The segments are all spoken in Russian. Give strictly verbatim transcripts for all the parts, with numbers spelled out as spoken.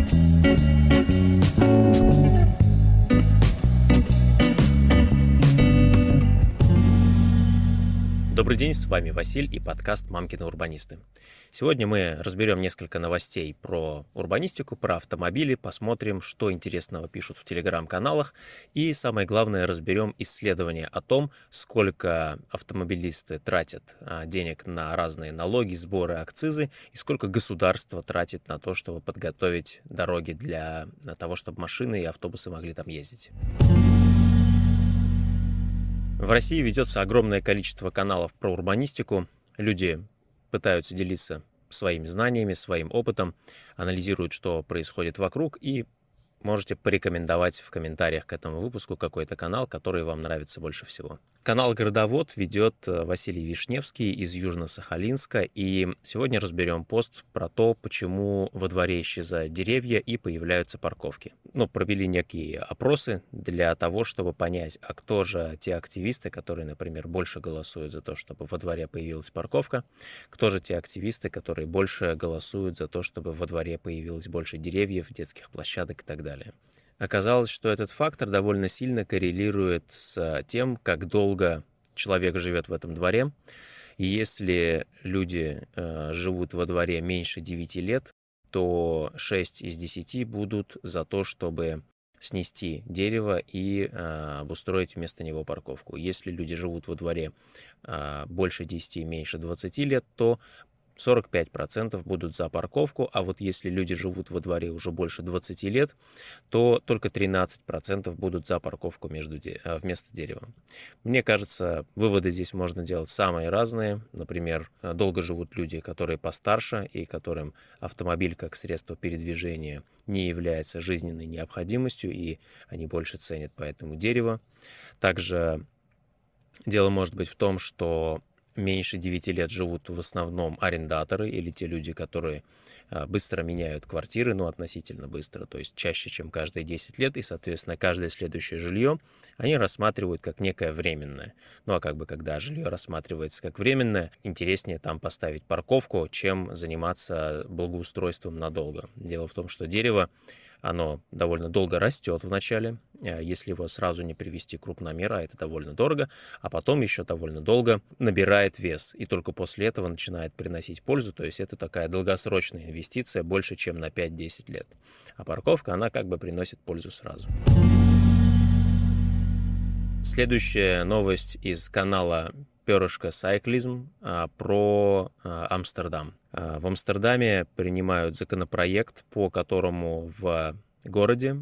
Добрый день, с вами Василь и подкаст «Мамкины урбанисты». Сегодня мы разберем несколько новостей про урбанистику, про автомобили, посмотрим, что интересного пишут в телеграм-каналах и, самое главное, разберем исследования о том, сколько автомобилисты тратят денег на разные налоги, сборы, акцизы и сколько государство тратит на то, чтобы подготовить дороги для того, чтобы машины и автобусы могли там ездить. В России ведется огромное количество каналов про урбанистику. Люди пытаются делиться своими знаниями, своим опытом, анализируют, что происходит вокруг, и можете порекомендовать в комментариях к этому выпуску какой-то канал, который вам нравится больше всего. Канал «Городовод» ведет Василий Вишневский из Южно-Сахалинска, и сегодня разберем пост про то, почему во дворе исчезают деревья и появляются парковки. Ну, провели некие опросы для того, чтобы понять, а кто же те активисты, которые, например, больше голосуют за то, чтобы во дворе появилась парковка, кто же те активисты, которые больше голосуют за то, чтобы во дворе появилось больше деревьев, детских площадок и так далее. Оказалось, что этот фактор довольно сильно коррелирует с тем, как долго человек живет в этом дворе. И если люди э, живут во дворе меньше девяти лет, то шесть из десяти будут за то, чтобы снести дерево и э, обустроить вместо него парковку. Если люди живут во дворе э, больше десяти и меньше двадцати лет, то сорок пять процентов будут за парковку, а вот если люди живут во дворе уже больше двадцати лет, то только тринадцать процентов будут за парковку между де... вместо дерева. Мне кажется, выводы здесь можно делать самые разные. Например, долго живут люди, которые постарше и которым автомобиль как средство передвижения не является жизненной необходимостью, и они больше ценят поэтому дерево. Также дело может быть в том, что меньше девяти лет живут в основном арендаторы или те люди, которые быстро меняют квартиры, ну, относительно быстро, то есть чаще, чем каждые десять лет, и, соответственно, каждое следующее жилье они рассматривают как некое временное. Ну, а как бы, когда жилье рассматривается как временное, интереснее там поставить парковку, чем заниматься благоустройством надолго. Дело в том, что дерево, оно довольно долго растет вначале, если его сразу не привести крупномер, а это довольно дорого, а потом еще довольно долго набирает вес, и только после этого начинает приносить пользу, то есть это такая долгосрочная инвестиция больше, чем на пять-десять лет. А парковка, она как бы приносит пользу сразу. Следующая новость из канала «Перышко Сайклизм» про Амстердам. В Амстердаме принимают законопроект, по которому в городе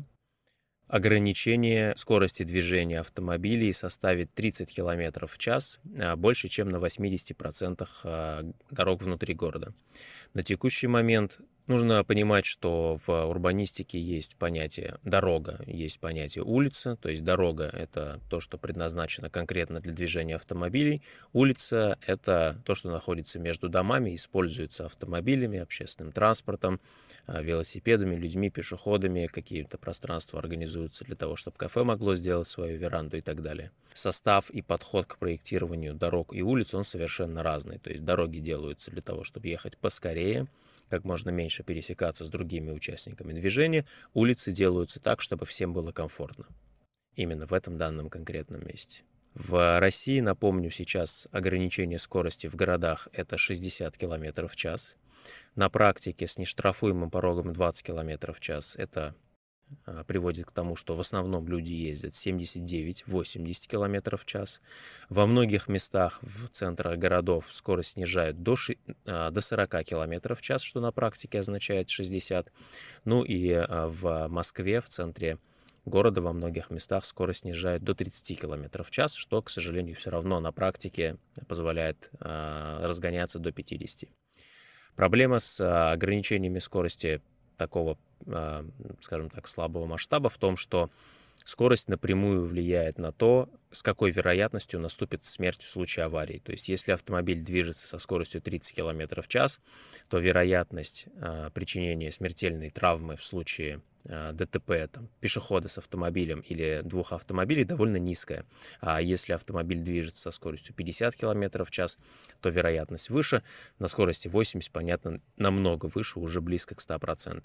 ограничение скорости движения автомобилей составит тридцать километров в час, больше, чем на восьмидесяти процентах дорог внутри города. На текущий момент нужно понимать, что в урбанистике есть понятие дорога, есть понятие улица, то есть дорога — это то, что предназначено конкретно для движения автомобилей, улица — это то, что находится между домами, используется автомобилями, общественным транспортом, велосипедами, людьми, пешеходами, какие-то пространства организуются для того, чтобы кафе могло сделать свою веранду и так далее. Состав и подход к проектированию дорог и улиц, он совершенно разный, то есть дороги делаются для того, чтобы ехать поскорее, как можно меньше пересекаться с другими участниками движения, улицы делаются так, чтобы всем было комфортно. Именно в этом данном конкретном месте. В России, напомню, сейчас ограничение скорости в городах — это шестьдесят километров в час. На практике с нештрафуемым порогом двадцать километров в час это приводит к тому, что в основном люди ездят семьдесят девять - восемьдесят километров в час. Во многих местах в центрах городов скорость снижают до, ши... до сорока километров в час, что на практике означает шестьдесят. Ну и в Москве, в центре города, во многих местах скорость снижают до тридцати километров в час, что, к сожалению, все равно на практике позволяет разгоняться до пятидесяти. Проблема с ограничениями скорости такого, скажем так, слабого масштаба в том, что скорость напрямую влияет на то, с какой вероятностью наступит смерть в случае аварии. То есть, если автомобиль движется со скоростью тридцать километров в час, то вероятность а, причинения смертельной травмы в случае а, ДТП там, пешехода с автомобилем или двух автомобилей довольно низкая. А если автомобиль движется со скоростью пятьдесят километров в час, то вероятность выше. На скорости восемьдесят, понятно, намного выше, уже близко к ста процентам.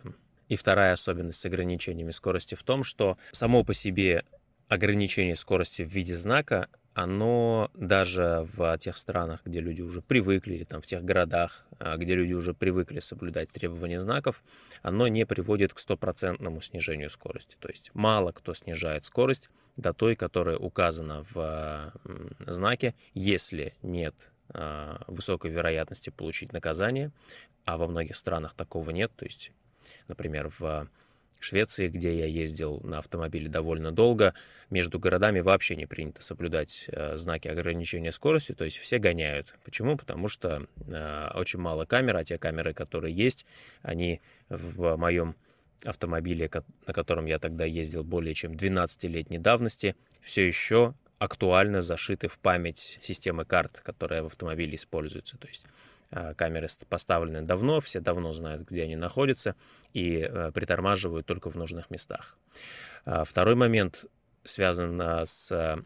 И вторая особенность с ограничениями скорости в том, что само по себе ограничение скорости в виде знака, оно даже в тех странах, где люди уже привыкли, или там в тех городах, где люди уже привыкли соблюдать требования знаков, оно не приводит к стопроцентному снижению скорости. То есть мало кто снижает скорость до той, которая указана в знаке, если нет высокой вероятности получить наказание, а во многих странах такого нет. То есть, например, в Швеции, где я ездил на автомобиле довольно долго, между городами вообще не принято соблюдать знаки ограничения скорости, то есть все гоняют. Почему? Потому что э, очень мало камер, а те камеры, которые есть, они в моем автомобиле, на котором я тогда ездил более чем двенадцатилетней давности, все еще актуально зашиты в память системы карт, которая в автомобиле используется. То есть камеры поставлены давно, все давно знают, где они находятся, и притормаживают только в нужных местах. Второй момент связан с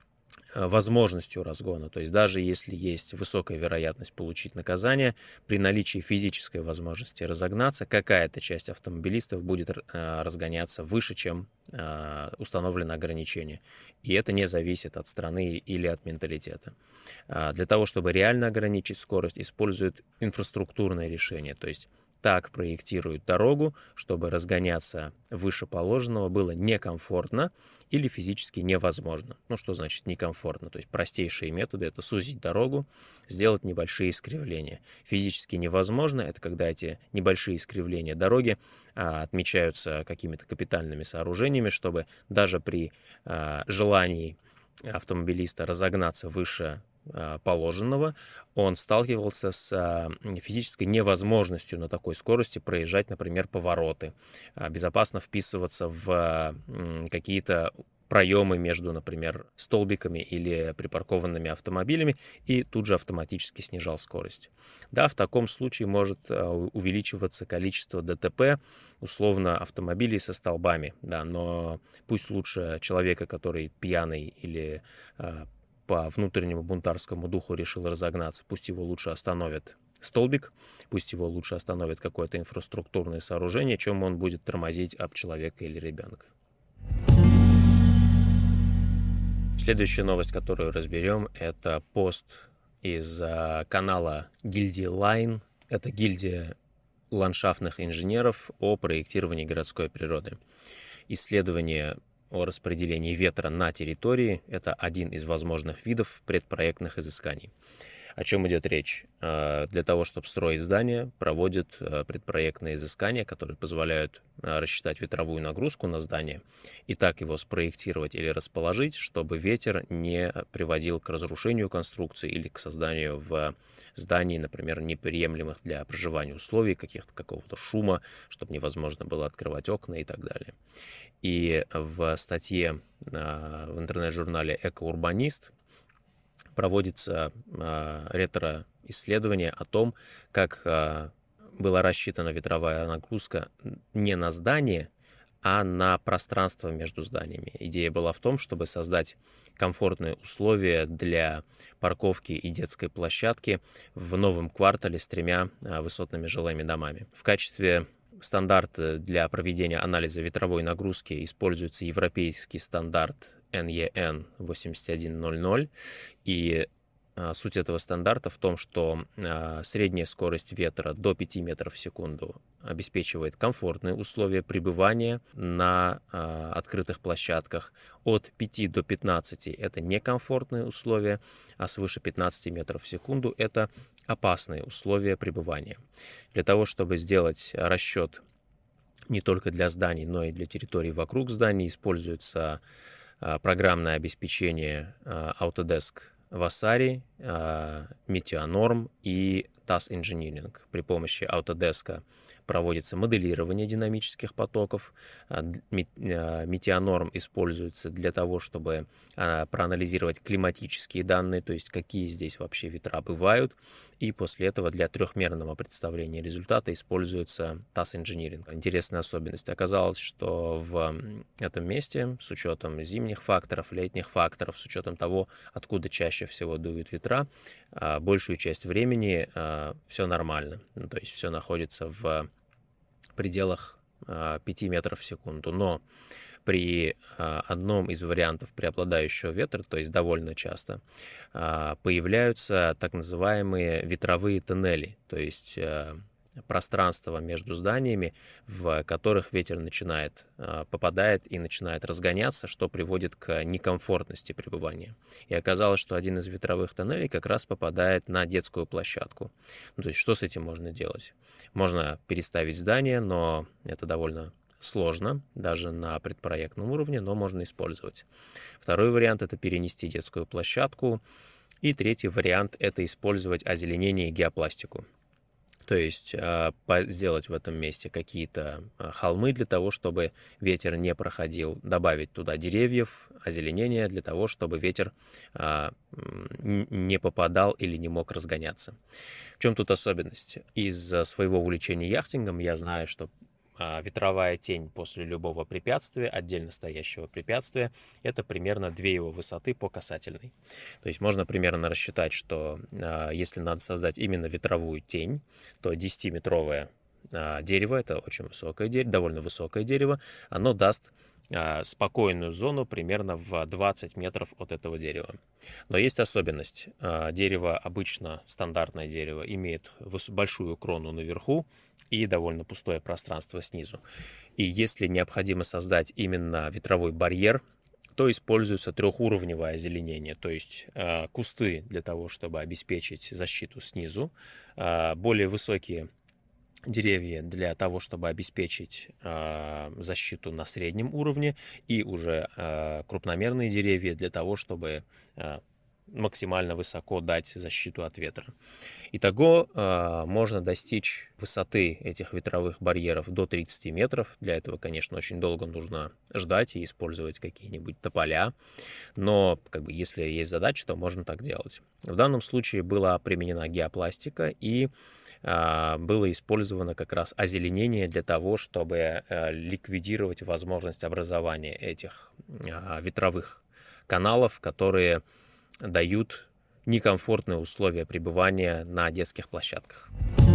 возможностью разгона. То есть даже если есть высокая вероятность получить наказание, при наличии физической возможности разогнаться, какая-то часть автомобилистов будет разгоняться выше, чем установлено ограничение. И это не зависит от страны или от менталитета. Для того, чтобы реально ограничить скорость, используют инфраструктурные решения. То есть так проектируют дорогу, чтобы разгоняться выше положенного было некомфортно или физически невозможно. Ну, что значит некомфортно? То есть простейшие методы — это сузить дорогу, сделать небольшие искривления. Физически невозможно — это когда эти небольшие искривления дороги а, отмечаются какими-то капитальными сооружениями, чтобы даже при а, желании автомобилиста разогнаться выше положенного, он сталкивался с физической невозможностью на такой скорости проезжать, например, повороты, безопасно вписываться в какие-то проемы между, например, столбиками или припаркованными автомобилями, и тут же автоматически снижал скорость. Да, в таком случае может увеличиваться количество ДТП, условно, автомобилей со столбами, да, но пусть лучше человека, который пьяный или по внутреннему бунтарскому духу решил разогнаться, пусть его лучше остановит столбик, пусть его лучше остановит какое-то инфраструктурное сооружение, чем он будет тормозить об человека или ребенка. Следующая новость, которую разберем, это пост из канала гильдии Line. Это гильдия ландшафтных инженеров о проектировании городской природы. Исследование о распределении ветра на территории — это один из возможных видов предпроектных изысканий. О чем идет речь? Для того, чтобы строить здания, проводят предпроектные изыскания, которые позволяют рассчитать ветровую нагрузку на здание и так его спроектировать или расположить, чтобы ветер не приводил к разрушению конструкции или к созданию в здании, например, неприемлемых для проживания условий, каких-то какого-то шума, чтобы невозможно было открывать окна и так далее. И в статье в интернет-журнале «Экоурбанист» проводится э, ретро-исследование о том, как э, была рассчитана ветровая нагрузка не на здание, а на пространство между зданиями. Идея была в том, чтобы создать комфортные условия для парковки и детской площадки в новом квартале с тремя э, высотными жилыми домами. В качестве стандарта для проведения анализа ветровой нагрузки используется европейский стандарт эн и эн восемьдесят один ноль ноль, и а, суть этого стандарта в том, что а, средняя скорость ветра до пяти метров в секунду обеспечивает комфортные условия пребывания на а, открытых площадках. От пяти до пятнадцати это некомфортные условия, а свыше пятнадцати метров в секунду это опасные условия пребывания. Для того, чтобы сделать расчет не только для зданий, но и для территорий вокруг зданий, используется программное обеспечение Autodesk Vasari, Meteonorm и Task Engineering. При помощи Autodesk проводится моделирование динамических потоков. Meteonorm используется для того, чтобы проанализировать климатические данные, то есть какие здесь вообще ветра бывают. И после этого для трехмерного представления результата используется Task Engineering. Интересная особенность. Оказалось, что в этом месте, с учетом зимних факторов, летних факторов, с учетом того, откуда чаще всего дуют ветра, большую часть времени все нормально. То есть все находится в пределах пяти метров в секунду, но при одном из вариантов преобладающего ветра, то есть довольно часто, появляются так называемые ветровые тоннели, то есть пространство между зданиями, в которых ветер начинает, попадает и начинает разгоняться, что приводит к некомфортности пребывания. И оказалось, что один из ветровых тоннелей как раз попадает на детскую площадку. Ну, то есть что с этим можно делать? Можно переставить здание, но это довольно сложно, даже на предпроектном уровне, но можно использовать. Второй вариант — это перенести детскую площадку. И третий вариант — это использовать озеленение и геопластику. То есть сделать в этом месте какие-то холмы для того, чтобы ветер не проходил, добавить туда деревьев, озеленения для того, чтобы ветер не попадал или не мог разгоняться. В чем тут особенность? Из своего увлечения яхтингом я знаю, что ветровая тень после любого препятствия, отдельно стоящего препятствия, это примерно две его высоты по касательной. То есть можно примерно рассчитать, что если надо создать именно ветровую тень, то десятиметровое дерево, это очень высокое дерево, довольно высокое дерево, оно даст спокойную зону примерно в двадцать метров от этого дерева. Но есть особенность. Дерево, обычно стандартное дерево, имеет большую крону наверху и довольно пустое пространство снизу. И если необходимо создать именно ветровой барьер, то используется трехуровневое озеленение, то есть э, кусты для того, чтобы обеспечить защиту снизу, э, более высокие деревья для того, чтобы обеспечить э, защиту на среднем уровне, и уже э, крупномерные деревья для того, чтобы э, максимально высоко дать защиту от ветра. Итого э, можно достичь высоты этих ветровых барьеров до тридцати метров. Для этого, конечно, очень долго нужно ждать и использовать какие-нибудь тополя. Но как бы, если есть задача, то можно так делать. В данном случае была применена геопластика и э, было использовано как раз озеленение для того, чтобы э, ликвидировать возможность образования этих э, ветровых каналов, которые дают некомфортные условия пребывания на детских площадках.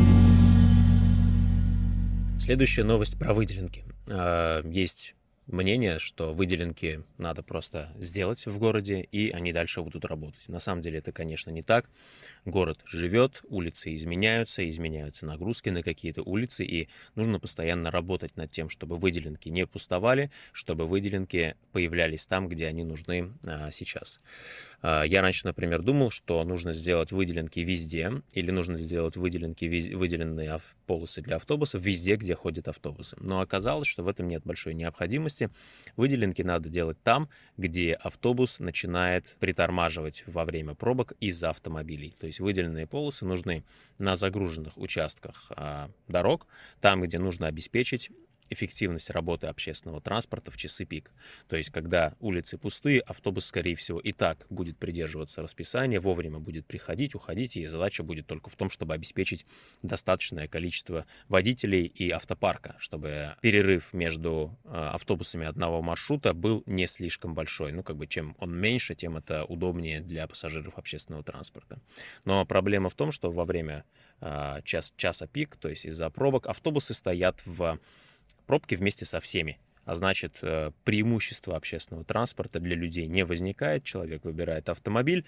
Следующая новость про выделенки. Есть мнение, что выделенки надо просто сделать в городе, и они дальше будут работать. На самом деле это, конечно, не так. Город живет, улицы изменяются, изменяются нагрузки на какие-то улицы, и нужно постоянно работать над тем, чтобы выделенки не пустовали, чтобы выделенки появлялись там, где они нужны а, сейчас. А, я раньше, например, думал, что нужно сделать выделенки везде, или нужно сделать выделенки, выделенные полосы для автобусов везде, где ходят автобусы. Но оказалось, что в этом нет большой необходимости. Выделенки надо делать там, где автобус начинает притормаживать во время пробок из-за автомобилей. То есть выделенные полосы нужны на загруженных участках а, дорог, там, где нужно обеспечить эффективность работы общественного транспорта в часы пик. То есть, когда улицы пустые, автобус, скорее всего, и так будет придерживаться расписания, вовремя будет приходить, уходить, и задача будет только в том, чтобы обеспечить достаточное количество водителей и автопарка, чтобы перерыв между автобусами одного маршрута был не слишком большой. Ну, как бы, чем он меньше, тем это удобнее для пассажиров общественного транспорта. Но проблема в том, что во время час, часа пик, то есть из-за пробок, автобусы стоят в пробки вместе со всеми, а значит, преимущество общественного транспорта для людей не возникает, человек выбирает автомобиль,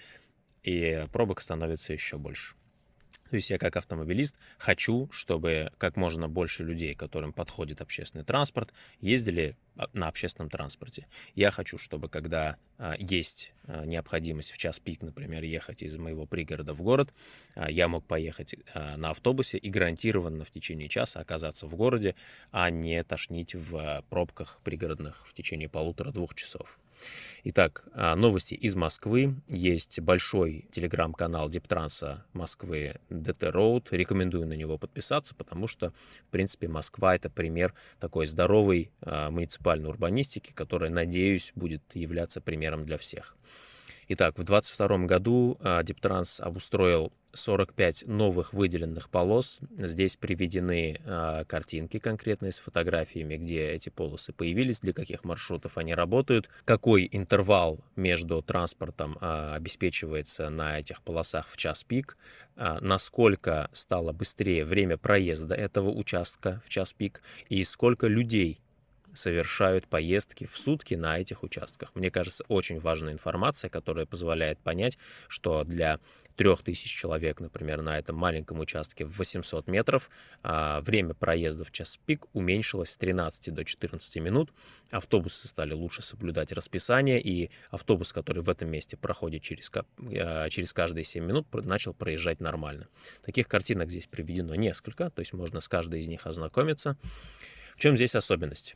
и пробок становится еще больше. То есть я как автомобилист хочу, чтобы как можно больше людей, которым подходит общественный транспорт, ездили на общественном транспорте. Я хочу, чтобы когда а, есть а, необходимость в час пик, например, ехать из моего пригорода в город, а, я мог поехать а, на автобусе и гарантированно в течение часа оказаться в городе, а не тошнить в а, пробках пригородных в течение полутора-двух часов. Итак, новости из Москвы. Есть большой телеграм-канал Дептранса Москвы ди ти Road. Рекомендую на него подписаться, потому что, в принципе, Москва — это пример такой здоровой муниципальной урбанистики, которая, надеюсь, будет являться примером для всех. Итак, в двадцать втором году Дептранс обустроил сорок пять новых выделенных полос. Здесь приведены а, картинки конкретные с фотографиями, где эти полосы появились, для каких маршрутов они работают, какой интервал между транспортом а, обеспечивается на этих полосах в час пик, а, насколько стало быстрее время проезда этого участка в час пик и сколько людей совершают поездки в сутки на этих участках. Мне кажется, очень важная информация, которая позволяет понять, что для трёх тысяч человек, например, на этом маленьком участке в восемьсот метров, а, время проезда в час пик уменьшилось с тринадцати до четырнадцати минут. Автобусы стали лучше соблюдать расписание, и автобус, который в этом месте проходит через, через каждые семь минут, начал проезжать нормально. Таких картинок здесь приведено несколько, то есть можно с каждой из них ознакомиться. В чем здесь особенность?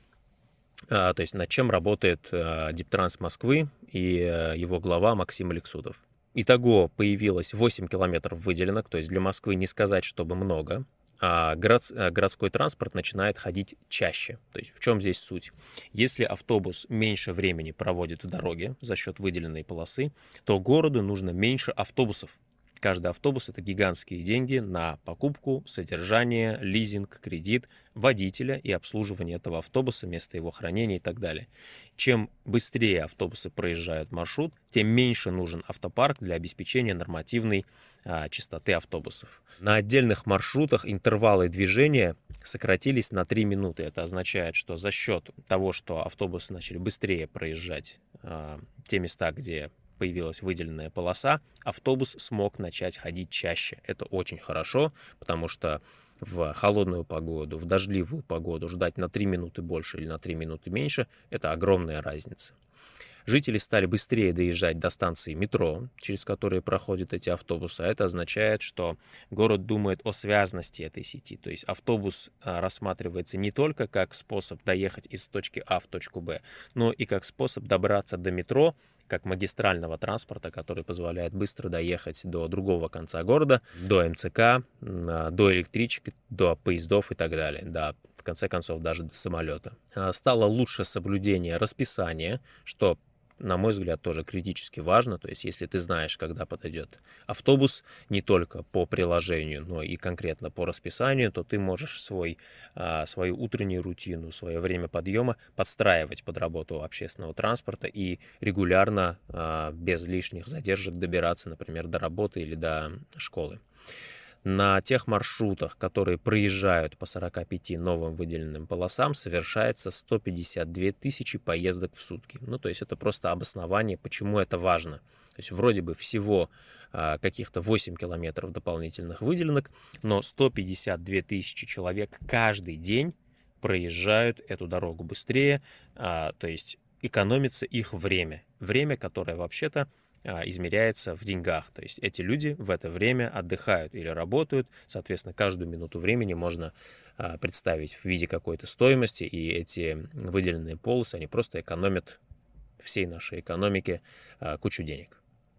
То есть над чем работает Диптранс Москвы и его глава Максим Алексудов. Итого появилось восемь километров выделенок, то есть для Москвы не сказать, чтобы много. А город, городской транспорт начинает ходить чаще. То есть в чем здесь суть? Если автобус меньше времени проводит в дороге за счет выделенной полосы, то городу нужно меньше автобусов. Каждый автобус — это гигантские деньги на покупку, содержание, лизинг, кредит, водителя и обслуживание этого автобуса, место его хранения и так далее. Чем быстрее автобусы проезжают маршрут, тем меньше нужен автопарк для обеспечения нормативной а, частоты автобусов. На отдельных маршрутах интервалы движения сократились на три минуты. Это означает, что за счет того, что автобусы начали быстрее проезжать а, те места, где появилась выделенная полоса, автобус смог начать ходить чаще. Это очень хорошо, потому что в холодную погоду, в дождливую погоду ждать на три минуты больше или на три минуты меньше – это огромная разница. Жители стали быстрее доезжать до станции метро, через которые проходят эти автобусы. А это означает, что город думает о связности этой сети. То есть автобус рассматривается не только как способ доехать из точки А в точку Б, но и как способ добраться до метро, как магистрального транспорта, который позволяет быстро доехать до другого конца города, до эм цэ ка, до электричек, до поездов и так далее, да, в конце концов даже до самолета. Стало лучше соблюдение расписания, что, на мой взгляд, тоже критически важно. То есть, если ты знаешь, когда подойдет автобус, не только по приложению, но и конкретно по расписанию, то ты можешь свой, свою утреннюю рутину, свое время подъема подстраивать под работу общественного транспорта и регулярно, без лишних задержек, добираться, например, до работы или до школы. На тех маршрутах, которые проезжают по сорока пяти новым выделенным полосам, совершается сто пятьдесят две тысячи поездок в сутки. Ну, то есть это просто обоснование, почему это важно. То есть вроде бы всего а, каких-то восемь километров дополнительных выделенок, но сто пятьдесят две тысячи человек каждый день проезжают эту дорогу быстрее, а, то есть экономится их время. Время, которое вообще-то измеряется в деньгах. То есть эти люди в это время отдыхают или работают. Соответственно, каждую минуту времени можно представить в виде какой-то стоимости, и эти выделенные полосы, они просто экономят всей нашей экономике кучу денег.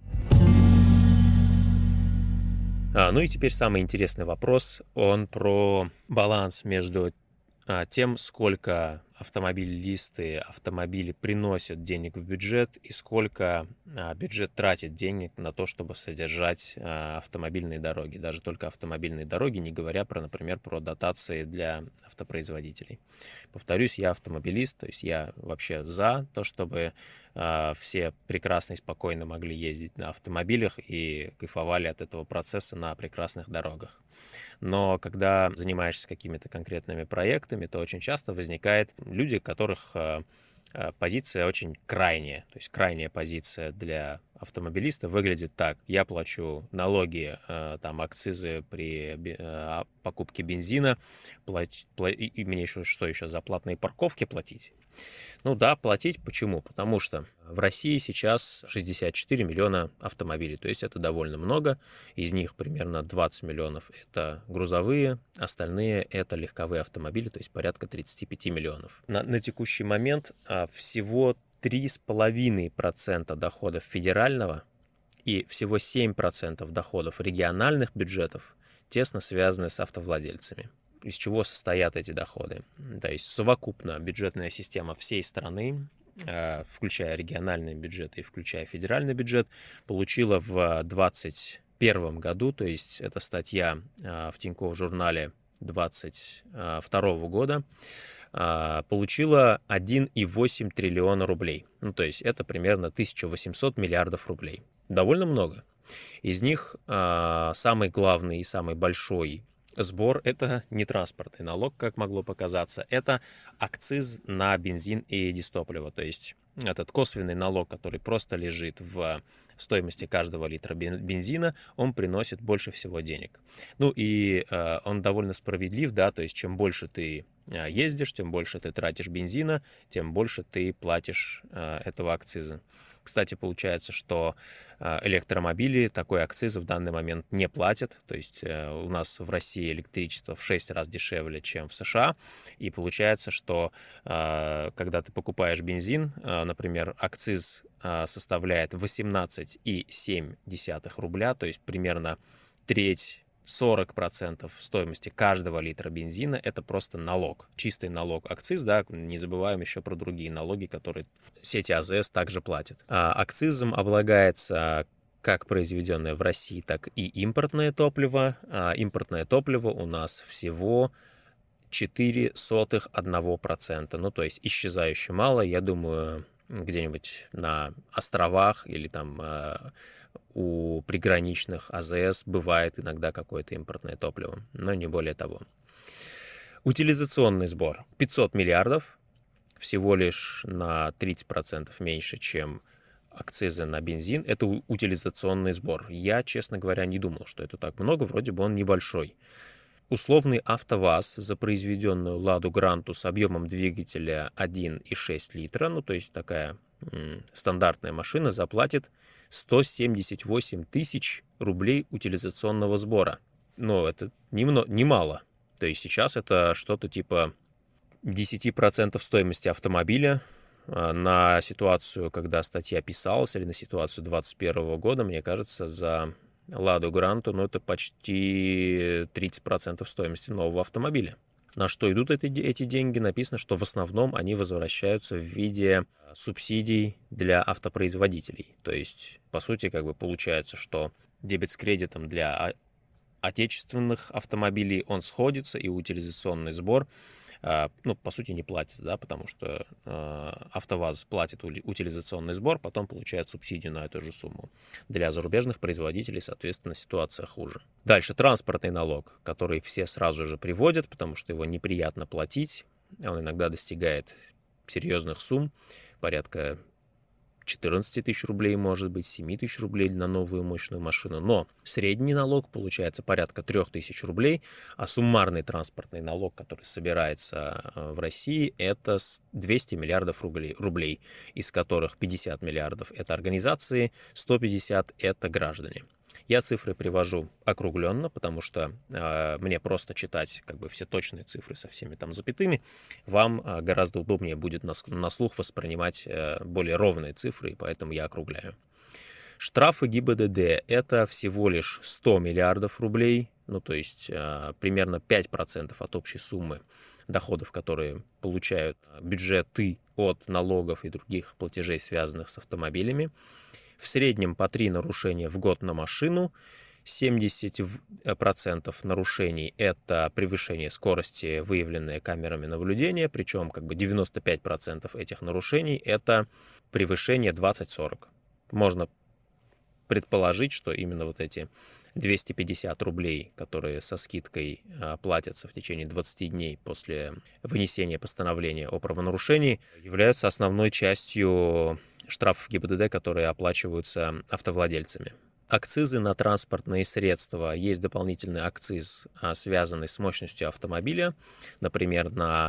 А, ну и теперь самый интересный вопрос. Он про баланс между тем, сколько автомобилисты, автомобили приносят денег в бюджет и сколько бюджет тратит денег на то, чтобы содержать автомобильные дороги. Даже только автомобильные дороги, не говоря про, например, про дотации для автопроизводителей. Повторюсь, я автомобилист, то есть я вообще за то, чтобы все прекрасно и спокойно могли ездить на автомобилях и кайфовали от этого процесса на прекрасных дорогах. Но когда занимаешься какими-то конкретными проектами, то очень часто возникает люди, у которых позиция очень крайняя. То есть крайняя позиция для автомобилиста выглядит так: я плачу налоги, там, акцизы при покупке бензина, плать, плать, и мне еще что еще за платные парковки платить? Ну да, платить. Почему? Потому что в России сейчас шестьдесят четыре миллиона автомобилей, то есть это довольно много. Из них примерно двадцать миллионов это грузовые, остальные это легковые автомобили, то есть порядка тридцать пять миллионов. На, на текущий момент всего три с половиной процента доходов федерального и всего семь процентов доходов региональных бюджетов тесно связаны с автовладельцами. Из чего состоят эти доходы? То есть совокупно бюджетная система всей страны, включая региональные бюджеты и включая федеральный бюджет, получила в двадцать первом году, то есть это статья в Тинькофф журнале двадцать второго года, получила один и восемь триллиона рублей. Ну, то есть это примерно тысяча восемьсот миллиардов рублей. Довольно много. Из них самый главный и самый большой сбор — это не транспортный налог, как могло показаться, это акциз на бензин и дизтопливо, то есть этот косвенный налог, который просто лежит в стоимости каждого литра бензина, он приносит больше всего денег. Ну и э, он довольно справедлив, да, то есть чем больше ты э, ездишь, тем больше ты тратишь бензина, тем больше ты платишь э, этого акциза. Кстати, получается, что э, электромобили такой акциз в данный момент не платят, то есть э, у нас в России электричество в шесть раз дешевле, чем в США, и получается, что э, когда ты покупаешь бензин, э, например, акциз составляет восемнадцать и семь десятых рубля, то есть примерно треть, сорок процентов стоимости каждого литра бензина — это просто налог, чистый налог, акциз, да, не забываем еще про другие налоги, которые сети АЗС также платят. А акцизом облагается как произведенное в России, так и импортное топливо. А импортное топливо у нас всего четыре сотых одного процента, ну то есть исчезающе мало, я думаю, где-нибудь на островах или там э, у приграничных АЗС бывает иногда какое-то импортное топливо, но не более того. Утилизационный сбор пятьсот миллиардов, всего лишь на тридцать процентов меньше, чем акцизы на бензин. Это утилизационный сбор. Я, честно говоря, не думал, что это так много, вроде бы он небольшой. Условный АвтоВАЗ за произведенную Ладу Гранту с объемом двигателя один и шесть литра, ну то есть такая м, стандартная машина, заплатит сто семьдесят восемь тысяч рублей утилизационного сбора. Но это немного, немало. То есть сейчас это что-то типа десять процентов стоимости автомобиля. На ситуацию, когда статья писалась, или на ситуацию двадцать первого года, мне кажется, за Ладу Гранту, ну, это почти тридцать процентов стоимости нового автомобиля. На что идут эти, эти деньги? Написано, что в основном они возвращаются в виде субсидий для автопроизводителей. То есть, по сути, как бы получается, что дебет с кредитом для отечественных автомобилей, он сходится, и утилизационный сбор, ну, по сути, не платит, да, потому что э, АвтоВАЗ платит утилизационный сбор, потом получает субсидию на эту же сумму. Для зарубежных производителей, соответственно, ситуация хуже. Дальше транспортный налог, который все сразу же приводят, потому что его неприятно платить. Он иногда достигает серьезных сумм, порядка четырнадцать тысяч рублей, может быть, семь тысяч рублей на новую мощную машину. Но средний налог получается порядка три тысячи рублей, а суммарный транспортный налог, который собирается в России, это двести миллиардов рублей, рублей, из которых пятьдесят миллиардов это организации, сто пятьдесят это граждане. Я цифры привожу округленно, потому что э, мне просто читать как бы все точные цифры со всеми там запятыми. Вам э, гораздо удобнее будет на, на слух воспринимать э, более ровные цифры, и поэтому я округляю. Штрафы ГИБДД — это всего лишь сто миллиардов рублей, ну то есть э, примерно пять процентов от общей суммы доходов, которые получают бюджеты от налогов и других платежей, связанных с автомобилями. В среднем по три нарушения в год на машину, семьдесят процентов нарушений — это превышение скорости, выявленное камерами наблюдения, причем как бы девяносто пять процентов этих нарушений — это превышение двадцать сорок. Можно предположить, что именно вот эти двести пятьдесят рублей, которые со скидкой платятся в течение двадцати дней после вынесения постановления о правонарушении, являются основной частью штрафов ГИБДД, которые оплачиваются автовладельцами. Акцизы на транспортные средства. Есть дополнительный акциз, связанный с мощностью автомобиля. Например, на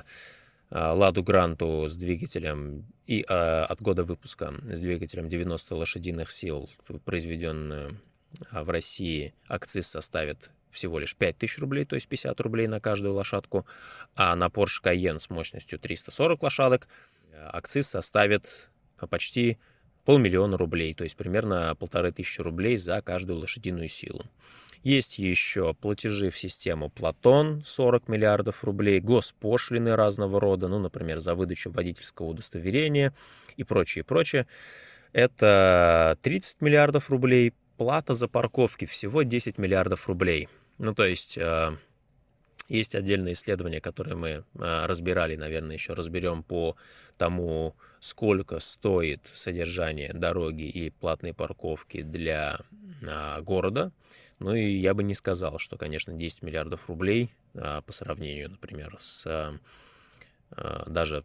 Ладу Гранту с двигателем и от года выпуска с двигателем девяносто лошадиных сил, произведенную в России, акциз составит всего лишь пять тысяч рублей, то есть пятьдесят рублей на каждую лошадку. А на Porsche Cayenne с мощностью триста сорок лошадок акциз составит почти полмиллиона рублей, то есть примерно полторы тысячи рублей за каждую лошадиную силу. Есть еще платежи в систему Платон, сорок миллиардов рублей, госпошлины разного рода, ну, например, за выдачу водительского удостоверения и прочее, прочее. Это тридцать миллиардов рублей, плата за парковки всего десять миллиардов рублей. Ну, то есть... Есть отдельные исследования, которые мы а, разбирали, наверное, еще разберем по тому, сколько стоит содержание дороги и платной парковки для а, города. Ну и я бы не сказал, что, конечно, десять миллиардов рублей а, по сравнению, например, с а, а, даже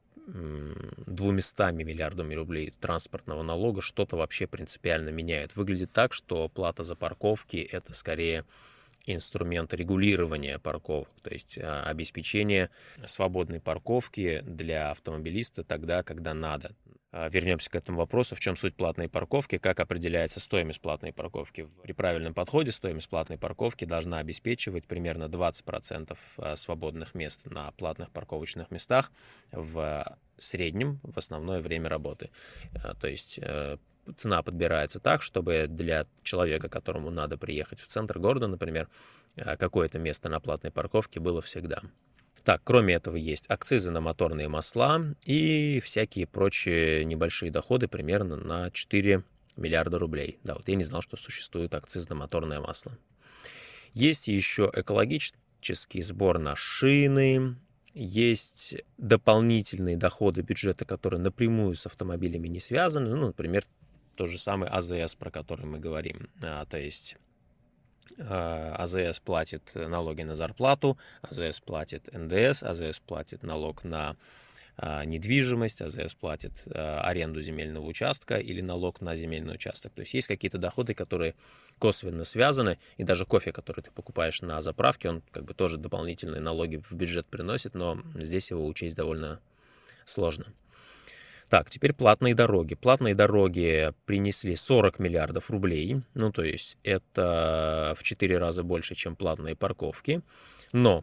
двумястами миллиардами рублей транспортного налога что-то вообще принципиально меняет. Выглядит так, что плата за парковки — это скорее инструмент регулирования парковок, то есть а, обеспечение свободной парковки для автомобилиста тогда, когда надо. А, вернемся к этому вопросу, в чем суть платной парковки, как определяется стоимость платной парковки. При правильном подходе стоимость платной парковки должна обеспечивать примерно двадцать процентов свободных мест на платных парковочных местах в среднем в основное время работы. А, то есть цена подбирается так, чтобы для человека, которому надо приехать в центр города, например, какое-то место на платной парковке было всегда. Так, кроме этого есть акцизы на моторные масла и всякие прочие небольшие доходы примерно на четыре миллиарда рублей. Да, вот я не знал, что существует акциз на моторное масло. Есть еще экологический сбор на шины, есть дополнительные доходы бюджета, которые напрямую с автомобилями не связаны, ну, например, то же самое АЗС, про который мы говорим. А, то есть а, АЗС платит налоги на зарплату, АЗС платит эн дэ эс, АЗС платит налог на а, недвижимость, АЗС платит а, аренду земельного участка или налог на земельный участок. То есть есть какие-то доходы, которые косвенно связаны, и даже кофе, который ты покупаешь на заправке, он как бы тоже дополнительные налоги в бюджет приносит, но здесь его учесть довольно сложно. Так, теперь платные дороги. Платные дороги принесли сорок миллиардов рублей, ну то есть это в четыре раза больше, чем платные парковки. Но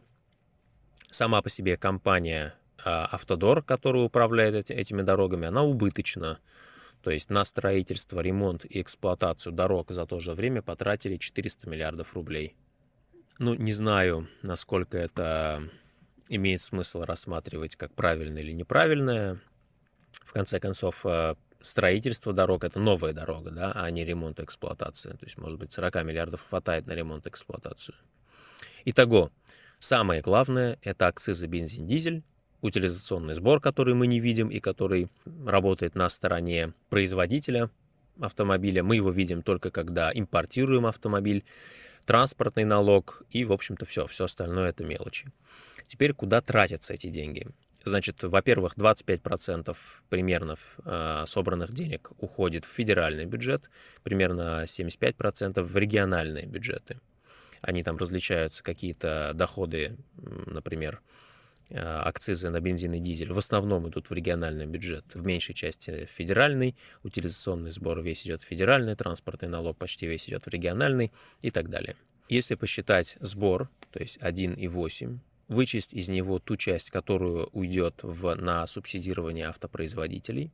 сама по себе компания Автодор, которая управляет этими дорогами, она убыточна. То есть на строительство, ремонт и эксплуатацию дорог за то же время потратили четыреста миллиардов рублей. Ну, не знаю, насколько это имеет смысл рассматривать как правильное или неправильное. В конце концов, строительство дорог — это новая дорога, да, а не ремонт и эксплуатация. То есть, может быть, сорок миллиардов хватает на ремонт и эксплуатацию. Итого, самое главное — это акцизы бензин-дизель, утилизационный сбор, который мы не видим и который работает на стороне производителя автомобиля. Мы его видим только когда импортируем автомобиль, транспортный налог и, в общем-то, все. Все остальное — это мелочи. Теперь куда тратятся эти деньги? Значит, во-первых, двадцать пять процентов примерно э, собранных денег уходит в федеральный бюджет, примерно семьдесят пять процентов в региональные бюджеты. Они там различаются, какие-то доходы, например, э, акцизы на бензин и дизель, в основном идут в региональный бюджет, в меньшей части в федеральный, утилизационный сбор весь идет в федеральный, транспортный налог почти весь идет в региональный и так далее. Если посчитать сбор, то есть один и восемь, вычесть из него ту часть, которую уйдет в, на субсидирование автопроизводителей,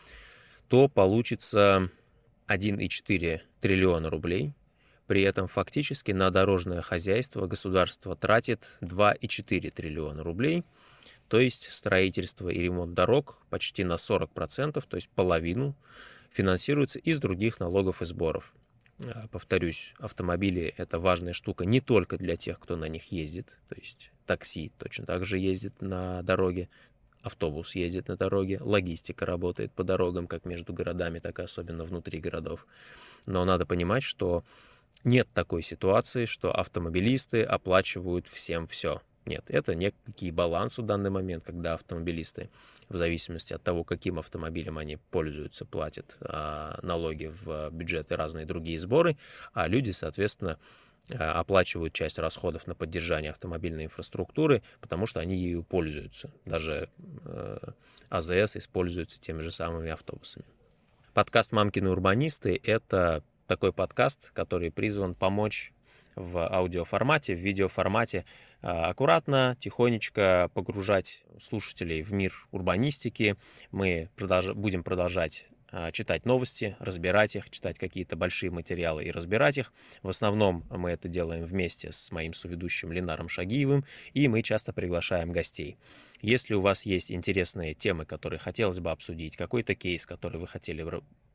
то получится один и четыре триллиона рублей. При этом фактически на дорожное хозяйство государство тратит два и четыре триллиона рублей, то есть строительство и ремонт дорог почти на сорок процентов, то есть половину, финансируется из других налогов и сборов. Повторюсь, автомобили — это важная штука не только для тех, кто на них ездит, то есть такси точно так же ездит на дороге, автобус ездит на дороге, логистика работает по дорогам, как между городами, так и особенно внутри городов. Но надо понимать, что нет такой ситуации, что автомобилисты оплачивают всем все. Нет, это некий баланс в данный момент, когда автомобилисты, в зависимости от того, каким автомобилем они пользуются, платят а, налоги в бюджет и разные другие сборы, а люди, соответственно, оплачивают часть расходов на поддержание автомобильной инфраструктуры, потому что они ею пользуются. Даже э, АЗС используется теми же самыми автобусами. Подкаст «Мамкины урбанисты» — это такой подкаст, который призван помочь в аудиоформате, в видеоформате аккуратно, тихонечко погружать слушателей в мир урбанистики. Мы продолж... будем продолжать читать новости, разбирать их, читать какие-то большие материалы и разбирать их. В основном мы это делаем вместе с моим соведущим Ленаром Шагиевым, и мы часто приглашаем гостей. Если у вас есть интересные темы, которые хотелось бы обсудить, какой-то кейс, который вы хотели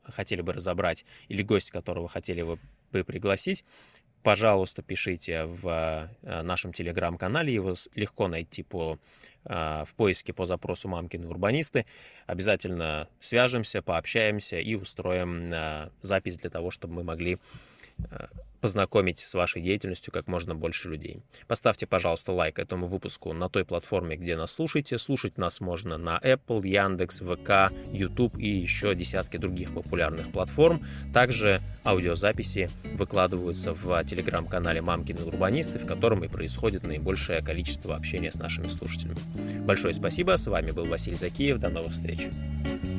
хотели бы разобрать, или гость, которого хотели бы пригласить, пожалуйста, пишите в нашем телеграм-канале, его легко найти по, в поиске по запросу «Мамкины урбанисты». Обязательно свяжемся, пообщаемся и устроим запись для того, чтобы мы могли познакомить с вашей деятельностью как можно больше людей. Поставьте, пожалуйста, лайк этому выпуску на той платформе, где нас слушаете. Слушать нас можно на Apple, Яндекс, ВК, YouTube и еще десятки других популярных платформ. Также аудиозаписи выкладываются в телеграм-канале «Мамкины урбанисты», в котором и происходит наибольшее количество общения с нашими слушателями. Большое спасибо. С вами был Василий Закиев. До новых встреч.